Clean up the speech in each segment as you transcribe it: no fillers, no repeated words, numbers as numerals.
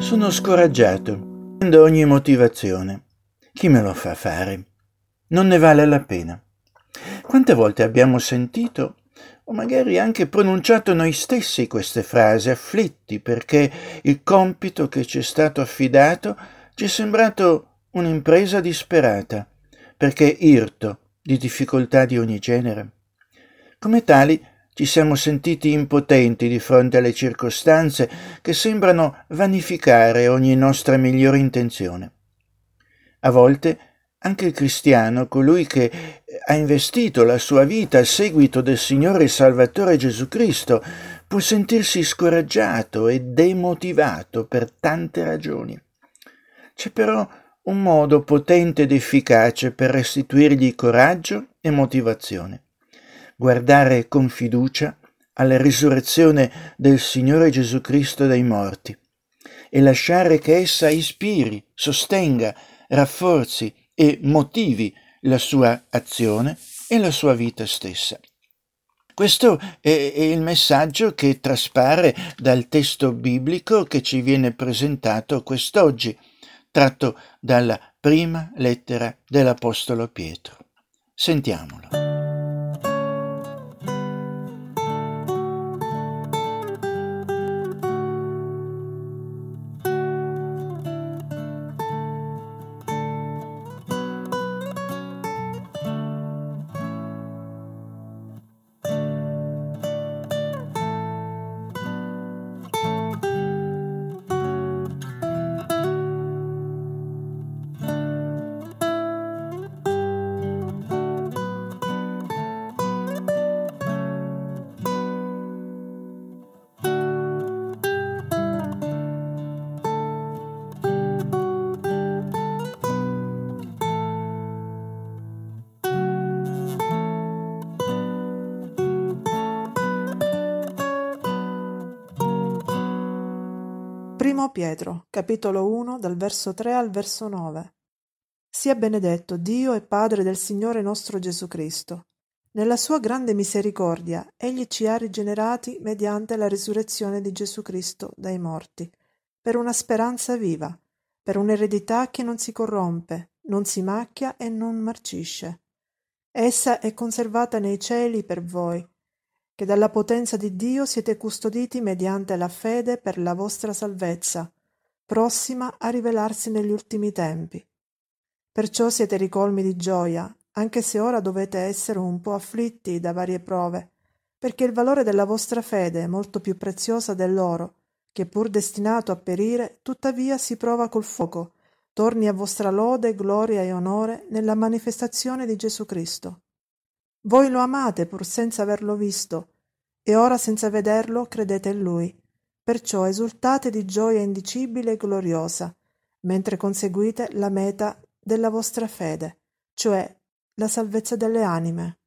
Sono scoraggiato, prendo ogni motivazione. Chi me lo fa fare? Non ne vale la pena. Quante volte abbiamo sentito, o magari anche pronunciato noi stessi queste frasi, afflitti perché il compito che ci è stato affidato ci è sembrato un'impresa disperata, perché irto di difficoltà di ogni genere. Come tali, ci siamo sentiti impotenti di fronte alle circostanze che sembrano vanificare ogni nostra migliore intenzione. A volte anche il cristiano, colui che ha investito la sua vita a seguito del Signore e Salvatore Gesù Cristo, può sentirsi scoraggiato e demotivato per tante ragioni. C'è però un modo potente ed efficace per restituirgli coraggio e motivazione. Guardare con fiducia alla risurrezione del Signore Gesù Cristo dai morti e lasciare che essa ispiri, sostenga, rafforzi e motivi la sua azione e la sua vita stessa. Questo è il messaggio che traspare dal testo biblico che ci viene presentato quest'oggi, tratto dalla prima lettera dell'Apostolo Pietro. Sentiamolo. Primo Pietro, capitolo 1, dal verso 3 al verso 9. Sia benedetto Dio e Padre del Signore nostro Gesù Cristo. Nella sua grande misericordia, Egli ci ha rigenerati mediante la risurrezione di Gesù Cristo dai morti, per una speranza viva, per un'eredità che non si corrompe, non si macchia e non marcisce. Essa è conservata nei cieli per voi, che dalla potenza di Dio siete custoditi mediante la fede per la vostra salvezza, prossima a rivelarsi negli ultimi tempi. Perciò siete ricolmi di gioia, anche se ora dovete essere un po' afflitti da varie prove, perché il valore della vostra fede è molto più preziosa dell'oro, che pur destinato a perire, tuttavia si prova col fuoco, torni a vostra lode, gloria e onore nella manifestazione di Gesù Cristo. Voi lo amate pur senza averlo visto, e ora senza vederlo credete in Lui. Perciò esultate di gioia indicibile e gloriosa, mentre conseguite la meta della vostra fede, cioè la salvezza delle anime.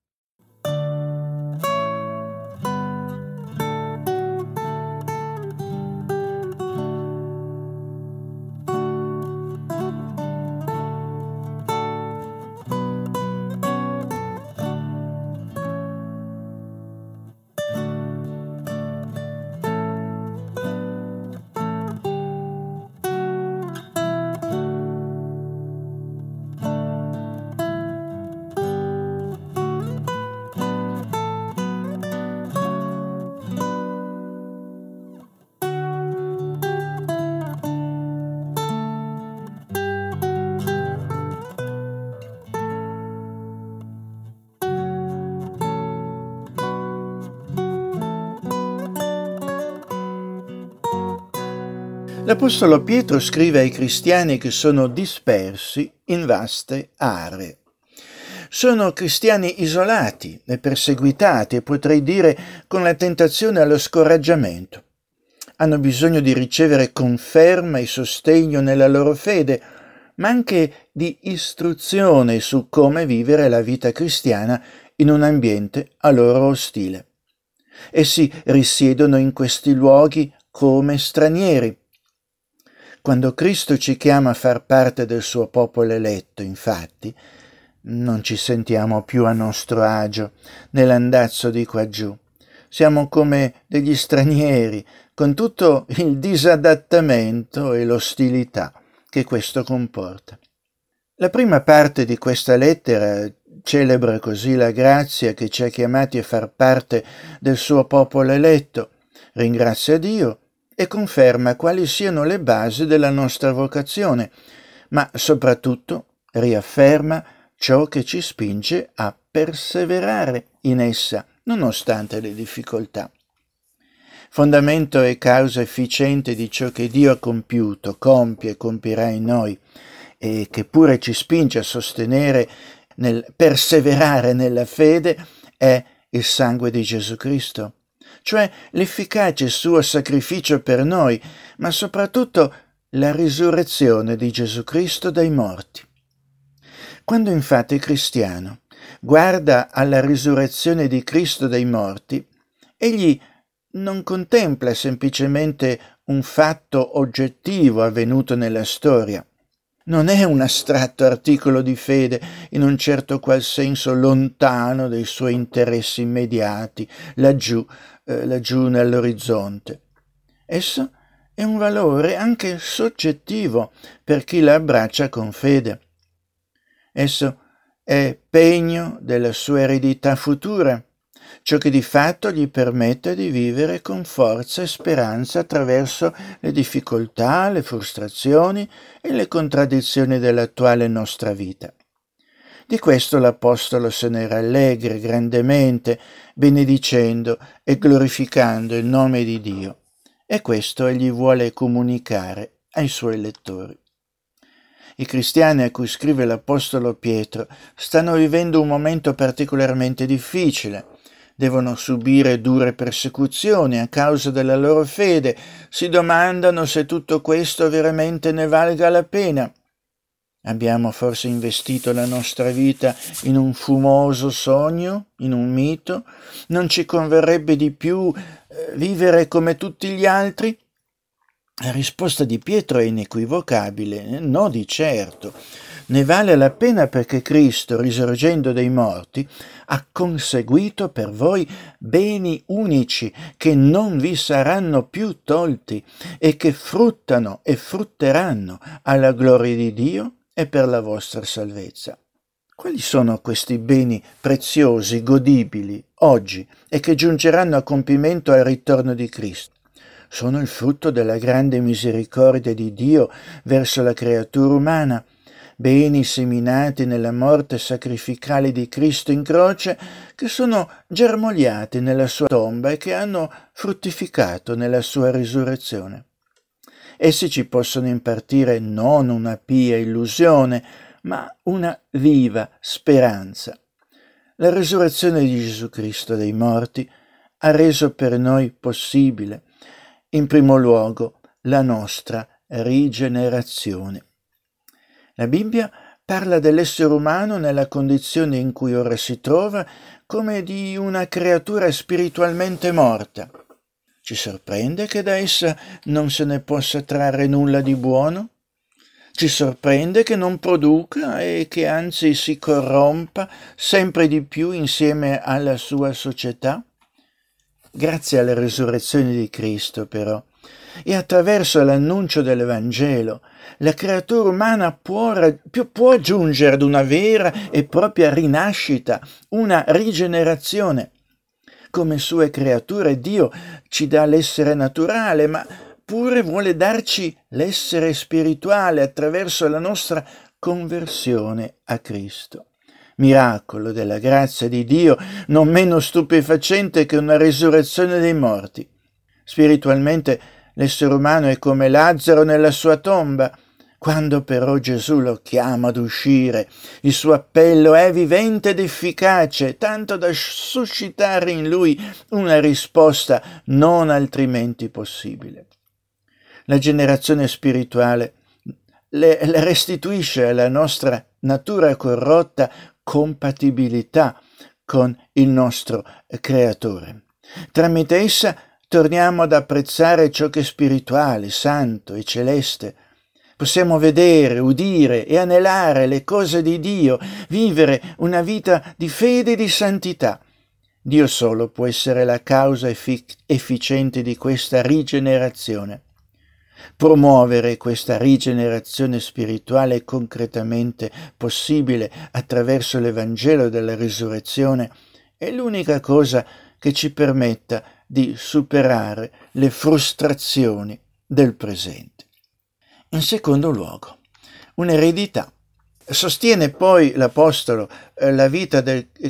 L'Apostolo Pietro scrive ai cristiani che sono dispersi in vaste aree. Sono cristiani isolati e perseguitati e potrei dire con la tentazione allo scoraggiamento. Hanno bisogno di ricevere conferma e sostegno nella loro fede, ma anche di istruzione su come vivere la vita cristiana in un ambiente a loro ostile. Essi risiedono in questi luoghi come stranieri. Quando Cristo ci chiama a far parte del suo popolo eletto, infatti, non ci sentiamo più a nostro agio nell'andazzo di qua giù. siamo come degli stranieri, con tutto il disadattamento e l'ostilità che questo comporta. La prima parte di questa lettera celebra così la grazia che ci ha chiamati a far parte del suo popolo eletto, ringrazia Dio e conferma quali siano le basi della nostra vocazione, ma soprattutto riafferma ciò che ci spinge a perseverare in essa, nonostante le difficoltà. Fondamento e causa efficiente di ciò che Dio ha compiuto, compie e compirà in noi, e che pure ci spinge a sostenere nel perseverare nella fede, è il sangue di Gesù Cristo, cioè l'efficace suo sacrificio per noi, ma soprattutto la risurrezione di Gesù Cristo dai morti. Quando infatti il cristiano guarda alla risurrezione di Cristo dai morti, egli non contempla semplicemente un fatto oggettivo avvenuto nella storia. Non è un astratto articolo di fede in un certo qual senso lontano dai suoi interessi immediati, laggiù nell'orizzonte. Esso è un valore anche soggettivo per chi la abbraccia con fede. Esso è pegno della sua eredità futura, ciò che di fatto gli permette di vivere con forza e speranza attraverso le difficoltà, le frustrazioni e le contraddizioni dell'attuale nostra vita. Di questo l'Apostolo se ne rallegra grandemente, benedicendo e glorificando il nome di Dio, e questo egli vuole comunicare ai suoi lettori. I cristiani a cui scrive l'Apostolo Pietro stanno vivendo un momento particolarmente difficile. Devono subire dure persecuzioni a causa della loro fede, si domandano se tutto questo veramente ne valga la pena. Abbiamo forse investito la nostra vita in un fumoso sogno, in un mito? Non ci converrebbe di più vivere come tutti gli altri? La risposta di Pietro è inequivocabile, no di certo. Ne vale la pena perché Cristo, risorgendo dai morti, ha conseguito per voi beni unici che non vi saranno più tolti e che fruttano e frutteranno alla gloria di Dio e per la vostra salvezza. Quali sono questi beni preziosi, godibili, oggi e che giungeranno a compimento al ritorno di Cristo? Sono il frutto della grande misericordia di Dio verso la creatura umana, beni seminati nella morte sacrificale di Cristo in croce, che sono germogliati nella sua tomba e che hanno fruttificato nella sua risurrezione. Essi ci possono impartire non una pia illusione, ma una viva speranza. La risurrezione di Gesù Cristo dai morti ha reso per noi possibile, in primo luogo, la nostra rigenerazione. La Bibbia parla dell'essere umano nella condizione in cui ora si trova come di una creatura spiritualmente morta. Ci sorprende che da essa non se ne possa trarre nulla di buono? Ci sorprende che non produca e che anzi si corrompa sempre di più insieme alla sua società? Grazie alla risurrezione di Cristo, però, e attraverso l'annuncio dell'Evangelo, la creatura umana può giungere ad una vera e propria rinascita, una rigenerazione. Come sue creature Dio ci dà l'essere naturale, ma pure vuole darci l'essere spirituale attraverso la nostra conversione a Cristo. Miracolo della grazia di Dio non meno stupefacente che una risurrezione dei morti. Spiritualmente l'essere umano è come Lazzaro nella sua tomba. Quando però Gesù lo chiama ad uscire, il suo appello è vivente ed efficace, tanto da suscitare in lui una risposta non altrimenti possibile. La generazione spirituale le restituisce alla nostra natura corrotta compatibilità con il nostro Creatore. Tramite essa torniamo ad apprezzare ciò che è spirituale, santo e celeste. Possiamo vedere, udire e anelare le cose di Dio, vivere una vita di fede e di santità. Dio solo può essere la causa efficiente di questa rigenerazione. Promuovere questa rigenerazione spirituale è concretamente possibile attraverso l'Evangelo della risurrezione. È l'unica cosa che ci permetta di superare le frustrazioni del presente. In secondo luogo, un'eredità. Sostiene poi l'Apostolo che la vita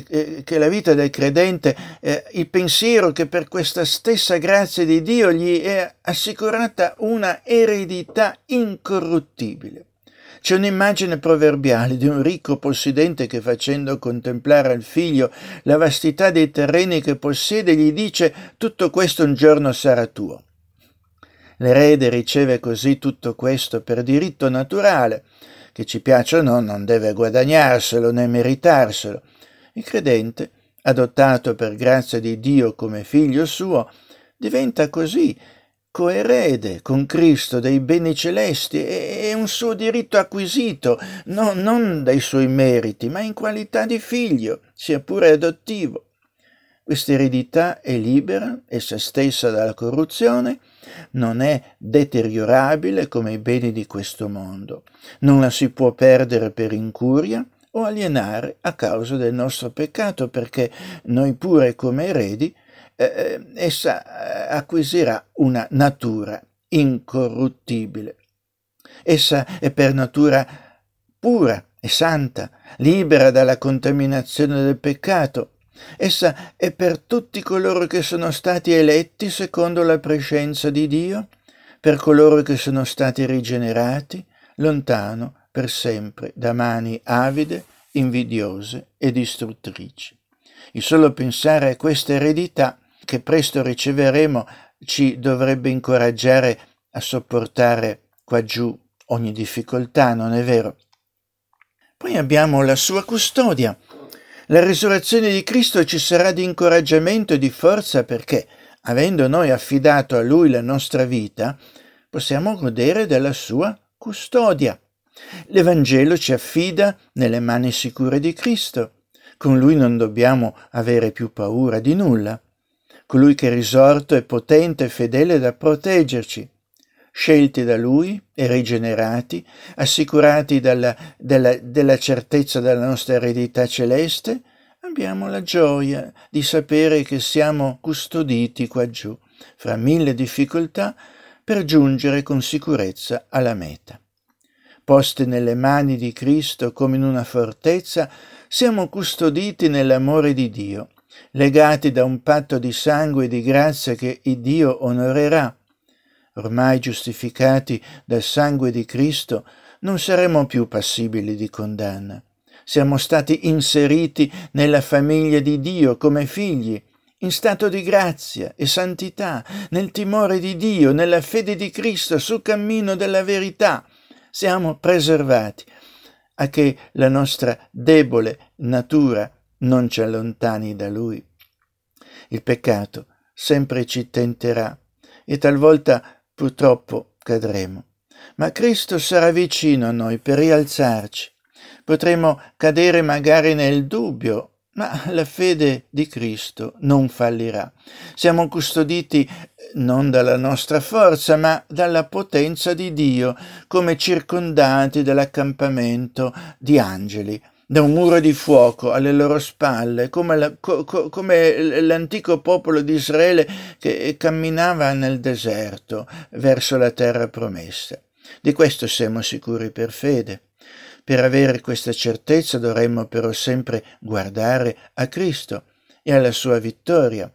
del credente, il pensiero che per questa stessa grazia di Dio gli è assicurata una eredità incorruttibile. C'è un'immagine proverbiale di un ricco possidente che, facendo contemplare al figlio la vastità dei terreni che possiede, gli dice: tutto questo un giorno sarà tuo. L'erede riceve così tutto questo per diritto naturale, che ci piaccia o no, non deve guadagnarselo né meritarselo. Il credente, adottato per grazia di Dio come figlio suo, diventa così coerede con Cristo dei beni celesti. È un suo diritto acquisito, non dai suoi meriti, ma in qualità di figlio, sia pure adottivo. Questa eredità è libera, essa stessa dalla corruzione, non è deteriorabile come i beni di questo mondo, non la si può perdere per incuria o alienare a causa del nostro peccato, perché noi pure come eredi essa acquisirà una natura incorruttibile. Essa è per natura pura e santa, libera dalla contaminazione del peccato. Essa è per tutti coloro che sono stati eletti secondo la prescenza di Dio, per coloro che sono stati rigenerati, lontano per sempre da mani avide, invidiose e distruttrici. Il solo pensare a questa eredità che presto riceveremo ci dovrebbe incoraggiare a sopportare qua giù ogni difficoltà, non è vero? Poi abbiamo la sua custodia. La risurrezione di Cristo ci sarà di incoraggiamento e di forza perché, avendo noi affidato a Lui la nostra vita, possiamo godere della sua custodia. L'Evangelo ci affida nelle mani sicure di Cristo. Con Lui non dobbiamo avere più paura di nulla. Colui che è risorto è potente e fedele da proteggerci. Scelti da Lui e rigenerati, assicurati della certezza della nostra eredità celeste, abbiamo la gioia di sapere che siamo custoditi qua giù, fra mille difficoltà, per giungere con sicurezza alla meta. Posti nelle mani di Cristo come in una fortezza, siamo custoditi nell'amore di Dio, legati da un patto di sangue e di grazia che il Dio onorerà. Ormai giustificati dal sangue di Cristo, non saremo più passibili di condanna. Siamo stati inseriti nella famiglia di Dio come figli, in stato di grazia e santità, nel timore di Dio, nella fede di Cristo, sul cammino della verità. Siamo preservati a che la nostra debole natura non ci allontani da Lui. Il peccato sempre ci tenterà e talvolta purtroppo cadremo, ma Cristo sarà vicino a noi per rialzarci. Potremo cadere magari nel dubbio, ma la fede di Cristo non fallirà. Siamo custoditi non dalla nostra forza, ma dalla potenza di Dio, come circondati dall'accampamento di angeli, da un muro di fuoco alle loro spalle, come l'antico popolo di Israele che camminava nel deserto verso la terra promessa. Di questo siamo sicuri per fede. Per avere questa certezza dovremmo però sempre guardare a Cristo e alla sua vittoria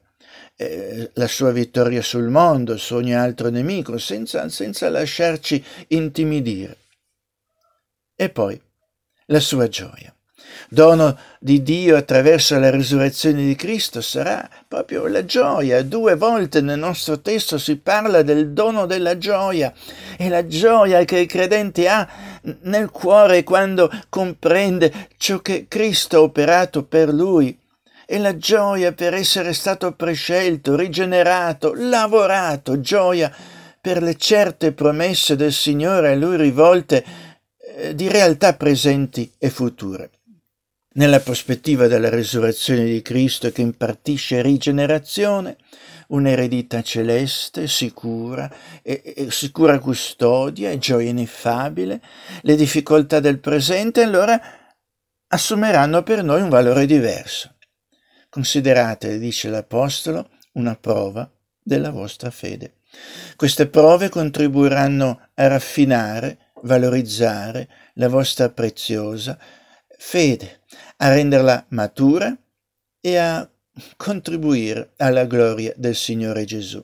sul mondo, su ogni altro nemico, senza lasciarci intimidire. E poi la sua gioia. Dono di Dio attraverso la risurrezione di Cristo sarà proprio la gioia. 2 volte nel nostro testo si parla del dono della gioia, e la gioia che il credente ha nel cuore quando comprende ciò che Cristo ha operato per lui, e la gioia per essere stato prescelto, rigenerato, lavorato, gioia per le certe promesse del Signore a lui rivolte di realtà presenti e future. nella prospettiva della risurrezione di Cristo che impartisce rigenerazione, un'eredità celeste, sicura, e sicura custodia e gioia ineffabile, le difficoltà del presente allora assumeranno per noi un valore diverso. Considerate, dice l'Apostolo, una prova della vostra fede. Queste prove contribuiranno a raffinare, valorizzare la vostra preziosa fede, a renderla matura e a contribuire alla gloria del Signore Gesù.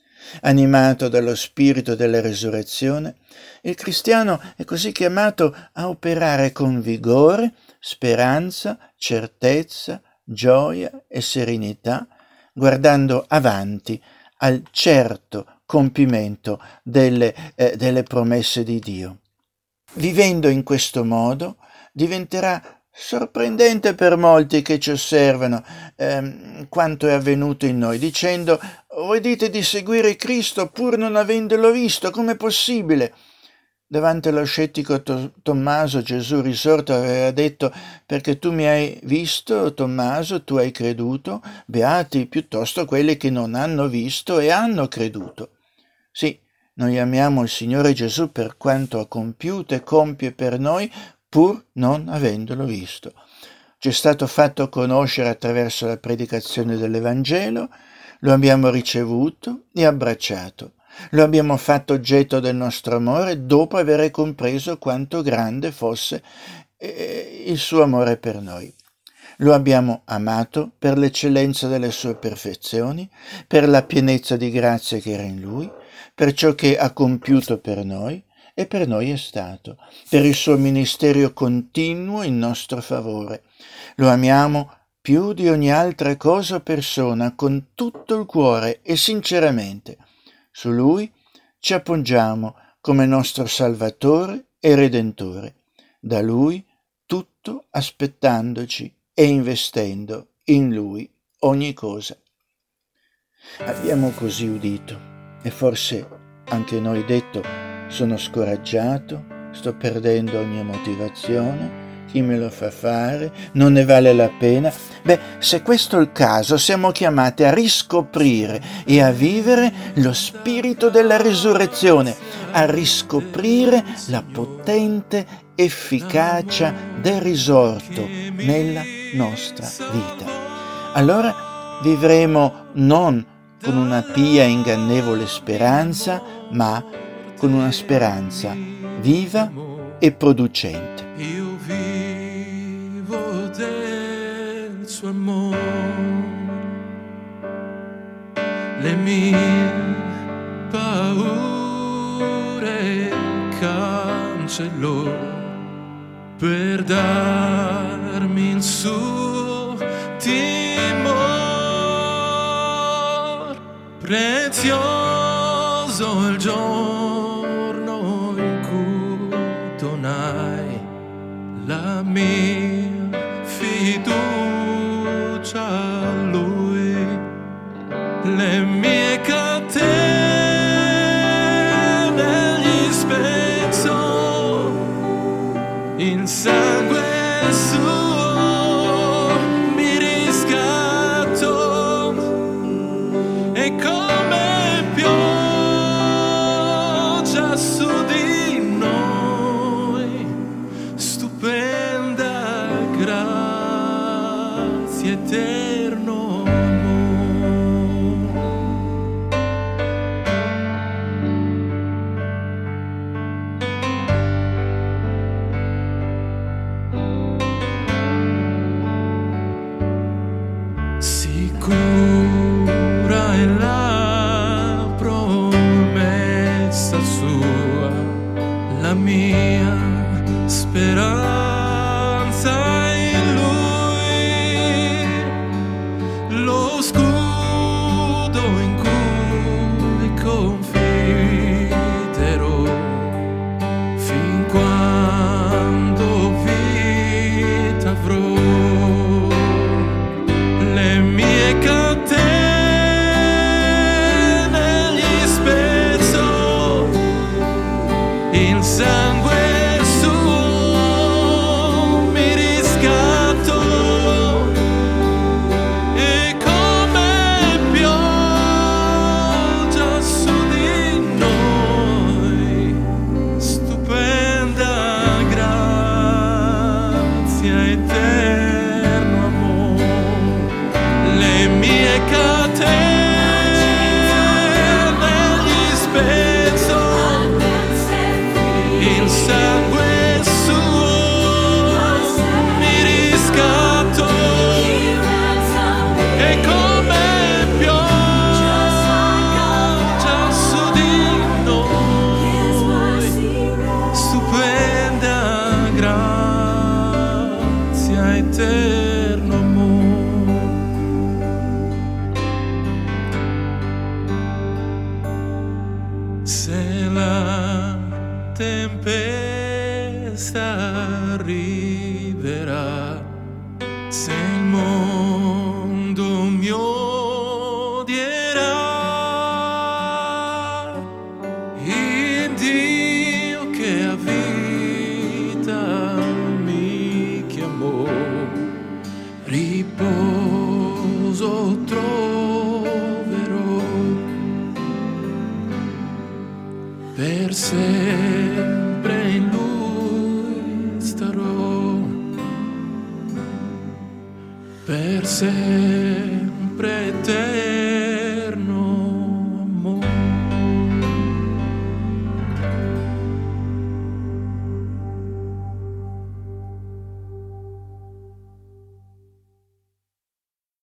Animato dallo spirito della risurrezione, il cristiano è così chiamato a operare con vigore, speranza, certezza, gioia e serenità, guardando avanti al certo compimento delle promesse di Dio. Vivendo in questo modo, diventerà sorprendente per molti che ci osservano quanto è avvenuto in noi, dicendo: voi dite di seguire Cristo pur non avendolo visto, com'è possibile? Davanti allo scettico Tommaso, Gesù risorto aveva detto: perché tu mi hai visto, Tommaso, tu hai creduto, beati piuttosto quelli che non hanno visto e hanno creduto. Sì, noi amiamo il Signore Gesù per quanto ha compiuto e compie per noi, pur non avendolo visto. Ci è stato fatto conoscere attraverso la predicazione dell'Evangelo, lo abbiamo ricevuto e abbracciato. Lo abbiamo fatto oggetto del nostro amore dopo aver compreso quanto grande fosse il suo amore per noi. Lo abbiamo amato per l'eccellenza delle sue perfezioni, per la pienezza di grazia che era in lui, per ciò che ha compiuto per noi e per noi è stato, per il suo ministero continuo in nostro favore. Lo amiamo più di ogni altra cosa o persona, con tutto il cuore e sinceramente. Su Lui ci appoggiamo come nostro Salvatore e Redentore. Da Lui tutto aspettandoci e investendo in Lui ogni cosa. Abbiamo così udito e forse anche noi detto: sono scoraggiato, sto perdendo ogni motivazione, chi me lo fa fare, non ne vale la pena. Se questo è il caso, siamo chiamati a riscoprire e a vivere lo spirito della risurrezione, a riscoprire la potente efficacia del risorto nella nostra vita. Allora vivremo non con una pia e ingannevole speranza, ma con una speranza viva e producente. Io vivo del suo amore, le mie paure cancellò per darmi il suo timore. Prezioso il giorno in cui donai la mia fiducia a Lui, le mie catene gli spezzò, il sangue suo mi riscattò, e come pioggia su di noi, stupenda grazia, eterno amore. Sicura è la in Dio che a vita mi chiamò, riposo troverò, per sempre in Lui starò, per sempre.